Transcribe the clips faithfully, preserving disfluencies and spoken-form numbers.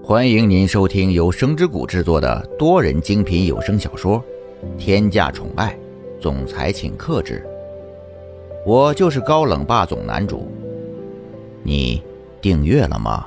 欢迎您收听由声之谷制作的多人精品有声小说《天价宠爱总裁请克制》，我就是高冷霸总男主，你订阅了吗？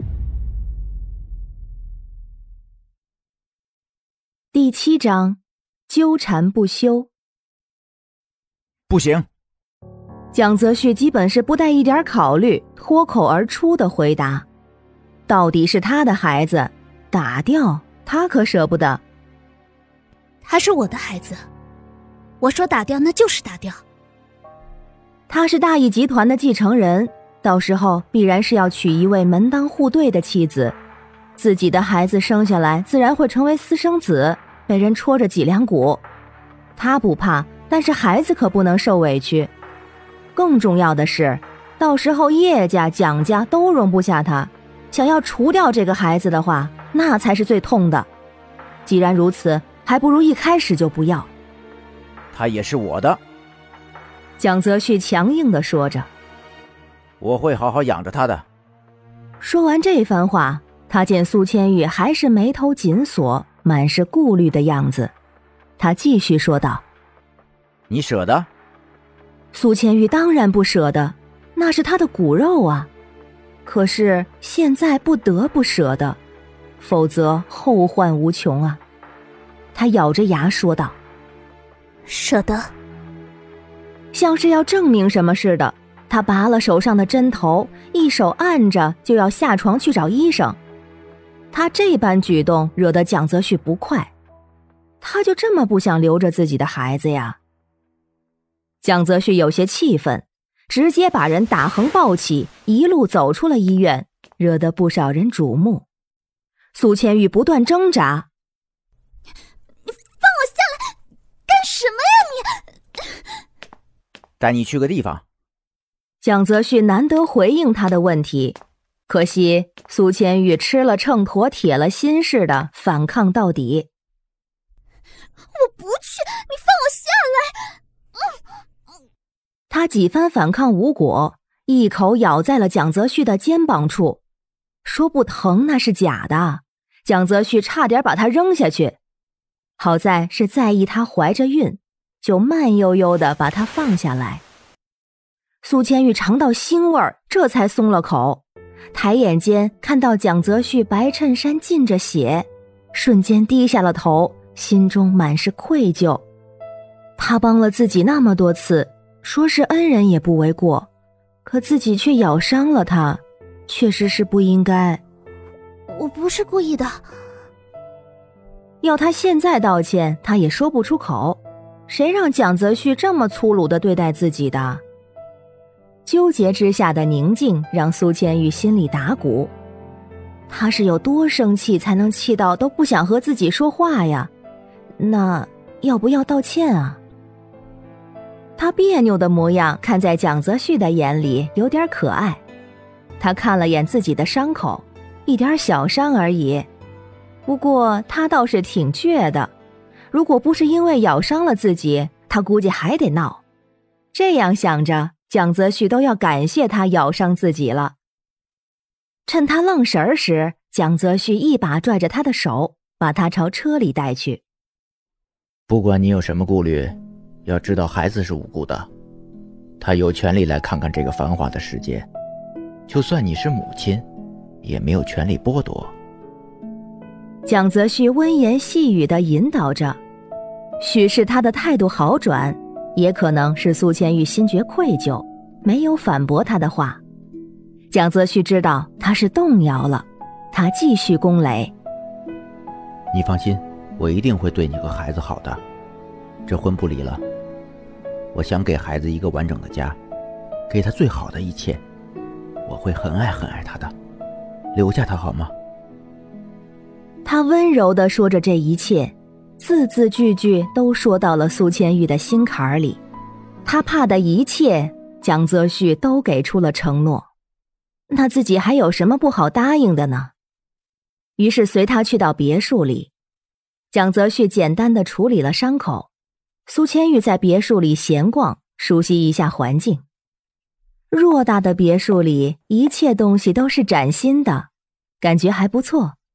第七章，纠缠不休。 不行！ 蒋泽旭基本是不带一点考虑，脱口而出的回答。到底是他的孩子，打掉他可舍不得。 他是我的孩子，我说打掉那就是打掉。 他是大义集团的继承人，到时候必然是要娶一位门当户对的妻子，自己的孩子生下来自然会成为私生子，被人戳着脊梁骨。他不怕，但是孩子可不能受委屈。更重要的是，到时候叶家、蒋家都容不下他，想要除掉这个孩子的话，那才是最痛的。既然如此，还不如一开始就不要。 他也是我的。 蒋泽旭强硬地说着。 我会好好养着他的。 说完这番话，他见苏千玉还是眉头紧锁，满是顾虑的样子，他继续说道： 你舍得？ 苏千玉当然不舍得，那是他的骨肉啊。可是现在不得不舍得，否则后患无穷啊。他咬着牙说道： 舍得。 像是要证明什么似的，他拔了手上的针头，一手按着就要下床去找医生。他这般举动惹得蒋泽旭不快，他就这么不想留着自己的孩子呀。蒋泽旭有些气愤，直接把人打横抱起，一路走出了医院，惹得不少人瞩目。苏千玉不断挣扎： 你放我下来，干什么呀你？ 带你去个地方。 蒋泽旭难得回应他的问题，可惜苏千玉吃了秤砣铁了心似的反抗到底。 我不去，你放我下来。 他几番反抗无果，一口咬在了蒋泽旭的肩膀处，说不疼那是假的，蒋泽旭差点把他扔下去。好在是在意他怀着孕，就慢悠悠地把他放下来。苏千玉尝到腥味儿，这才松了口，抬眼间看到蒋泽旭白衬衫浸着血，瞬间低下了头，心中满是愧疚。他帮了自己那么多次，说是恩人也不为过，可自己却咬伤了他，确实是不应该。 我不是故意的。 要他现在道歉，他也说不出口，谁让蒋泽旭这么粗鲁地对待自己的？纠结之下的宁静让苏千玉心里打鼓，他是有多生气才能气到都不想和自己说话呀？那要不要道歉啊？他别扭的模样看在蒋泽旭的眼里有点可爱，他看了眼自己的伤口，一点小伤而已，不过他倒是挺倔的，如果不是因为咬伤了自己，他估计还得闹。这样想着，蒋泽旭都要感谢他咬伤自己了。趁他愣神时，蒋泽旭一把拽着他的手，把他朝车里带去。 不管你有什么顾虑，要知道孩子是无辜的，他有权利来看看这个繁华的世界，就算你是母亲，也没有权利剥夺。 蒋泽旭温言细语地引导着，许是他的态度好转，也可能是苏千玉心觉愧疚，没有反驳他的话。蒋泽旭知道他是动摇了，他继续攻擂： 你放心，我一定会对你和孩子好的，这婚不离了。我想给孩子一个完整的家，给他最好的一切，我会很爱很爱他的，留下他好吗？ 他温柔地说着这一切，字字句句都说到了苏千玉的心坎里。他怕的一切，蒋泽旭都给出了承诺，那自己还有什么不好答应的呢？于是随他去到别墅里，蒋泽旭简单地处理了伤口，苏千玉在别墅里闲逛，熟悉一下环境。偌大的别墅里，一切东西都是崭新的，感觉还不错。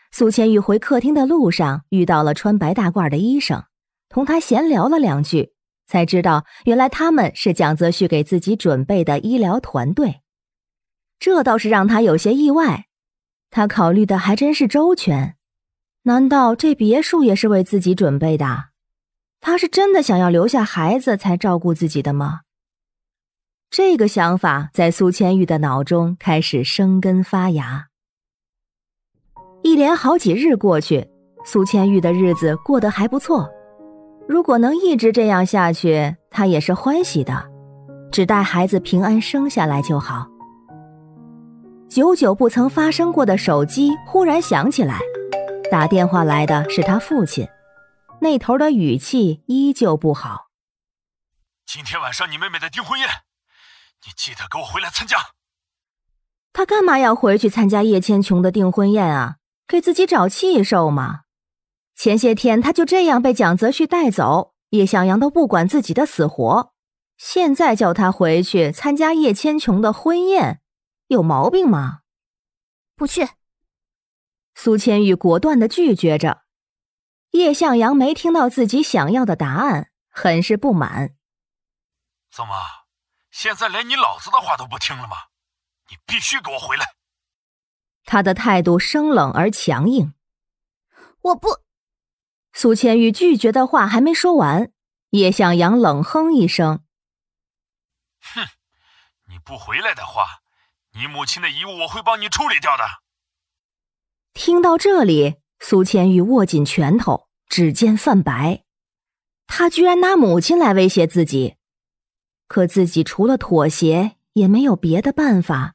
苏千玉回客厅的路上遇到了穿白大褂的医生，同他闲聊了两句，才知道原来他们是蒋泽旭给自己准备的医疗团队。这倒是让他有些意外，他考虑的还真是周全。难道这别墅也是为自己准备的？他是真的想要留下孩子才照顾自己的吗？这个想法在苏千玉的脑中开始生根发芽。一连好几日过去，苏千玉的日子过得还不错。如果能一直这样下去，她也是欢喜的，只待孩子平安生下来就好。久久不曾发生过的手机忽然响起来，打电话来的是他父亲，那头的语气依旧不好。 今天晚上你妹妹的订婚宴，你记得给我回来参加。 他干嘛要回去参加叶千琼的订婚宴啊？给自己找气受吗？前些天他就这样被蒋泽旭带走，叶向阳都不管自己的死活，现在叫他回去参加叶千琼的婚宴，有毛病吗？ 不去。 苏千玉果断地拒绝着。叶向阳没听到自己想要的答案，很是不满。 怎么，现在连你老子的话都不听了吗？你必须给我回来。 他的态度生冷而强硬。 我不。 苏千玉拒绝的话还没说完，叶向阳冷哼一声。 哼，你不回来的话，你母亲的遗物我会帮你处理掉的。 听到这里，苏千玉握紧拳头，指尖泛白。他居然拿母亲来威胁自己，可自己除了妥协也没有别的办法。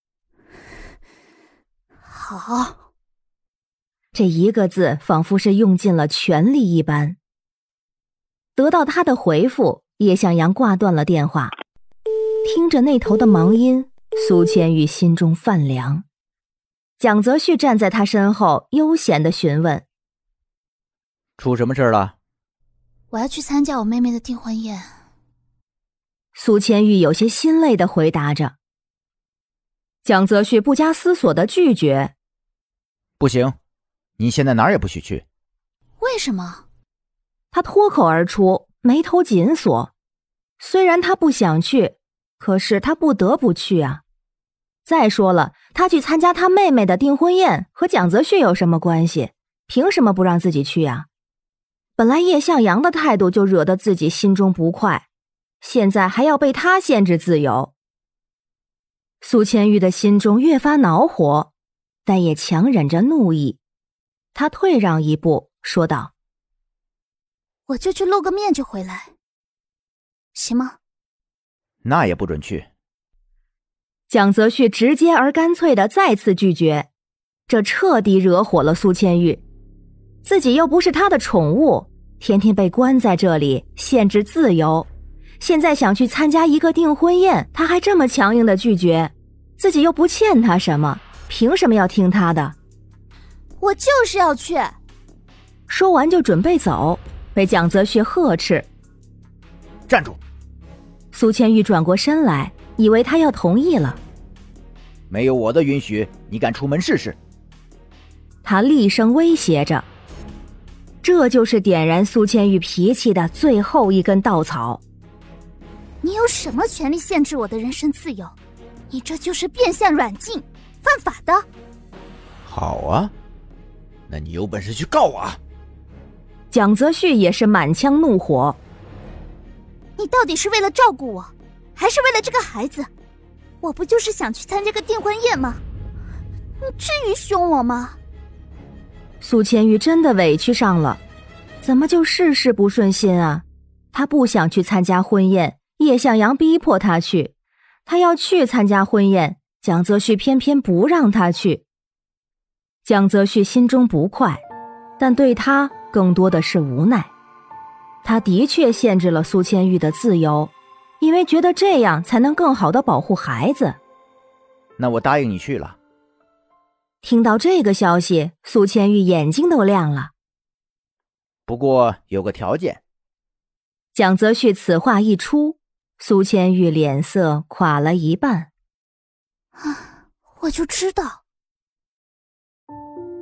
好， 这一个字仿佛是用尽了全力一般。得到他的回复，叶向阳挂断了电话。听着那头的忙音，苏千玉心中泛凉。蒋泽旭站在他身后，悠闲地询问： 出什么事了？ 我要去参加我妹妹的订婚宴。 苏千玉有些心累地回答着。蒋泽旭不加思索地拒绝： 不行，你现在哪儿也不许去。 为什么？ 他脱口而出，眉头紧锁。虽然他不想去，可是他不得不去啊。再说了，他去参加他妹妹的订婚宴和蒋泽旭有什么关系？凭什么不让自己去啊？本来叶向阳的态度就惹得自己心中不快，现在还要被他限制自由。苏千玉的心中越发恼火，但也强忍着怒意。他退让一步，说道： 我就去露个面就回来，行吗？ 那也不准去。 蒋泽旭直接而干脆地再次拒绝，这彻底惹火了苏千玉。自己又不是他的宠物，天天被关在这里，限制自由。现在想去参加一个订婚宴，他还这么强硬地拒绝，自己又不欠他什么，凭什么要听他的？ 我就是要去。 说完就准备走，被蒋泽旭呵斥： 站住！ 苏千玉转过身来，以为他要同意了。 没有我的允许，你敢出门试试？ 他厉声威胁着。这就是点燃苏千玉脾气的最后一根稻草。 你有什么权利限制我的人身自由？你这就是变相软禁，犯法的。 好啊，那你有本事去告我啊！ 蒋泽旭也是满腔怒火。 你到底是为了照顾我，还是为了这个孩子？我不就是想去参加个订婚宴吗？你至于凶我吗？ 苏千玉真的委屈上了，怎么就事事不顺心啊？她不想去参加婚宴，叶向阳逼迫她去，她要去参加婚宴，蒋泽旭偏偏不让她去。蒋泽旭心中不快，但对她更多的是无奈。他的确限制了苏千玉的自由，因为觉得这样才能更好地保护孩子。 那我答应你去了。 听到这个消息，苏千玉眼睛都亮了。 不过有个条件。 蒋泽旭此话一出，苏千玉脸色垮了一半。 啊，我就知道。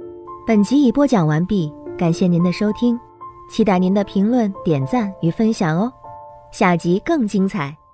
本集已播讲完毕，感谢您的收听，期待您的评论、点赞与分享哦。下集更精彩。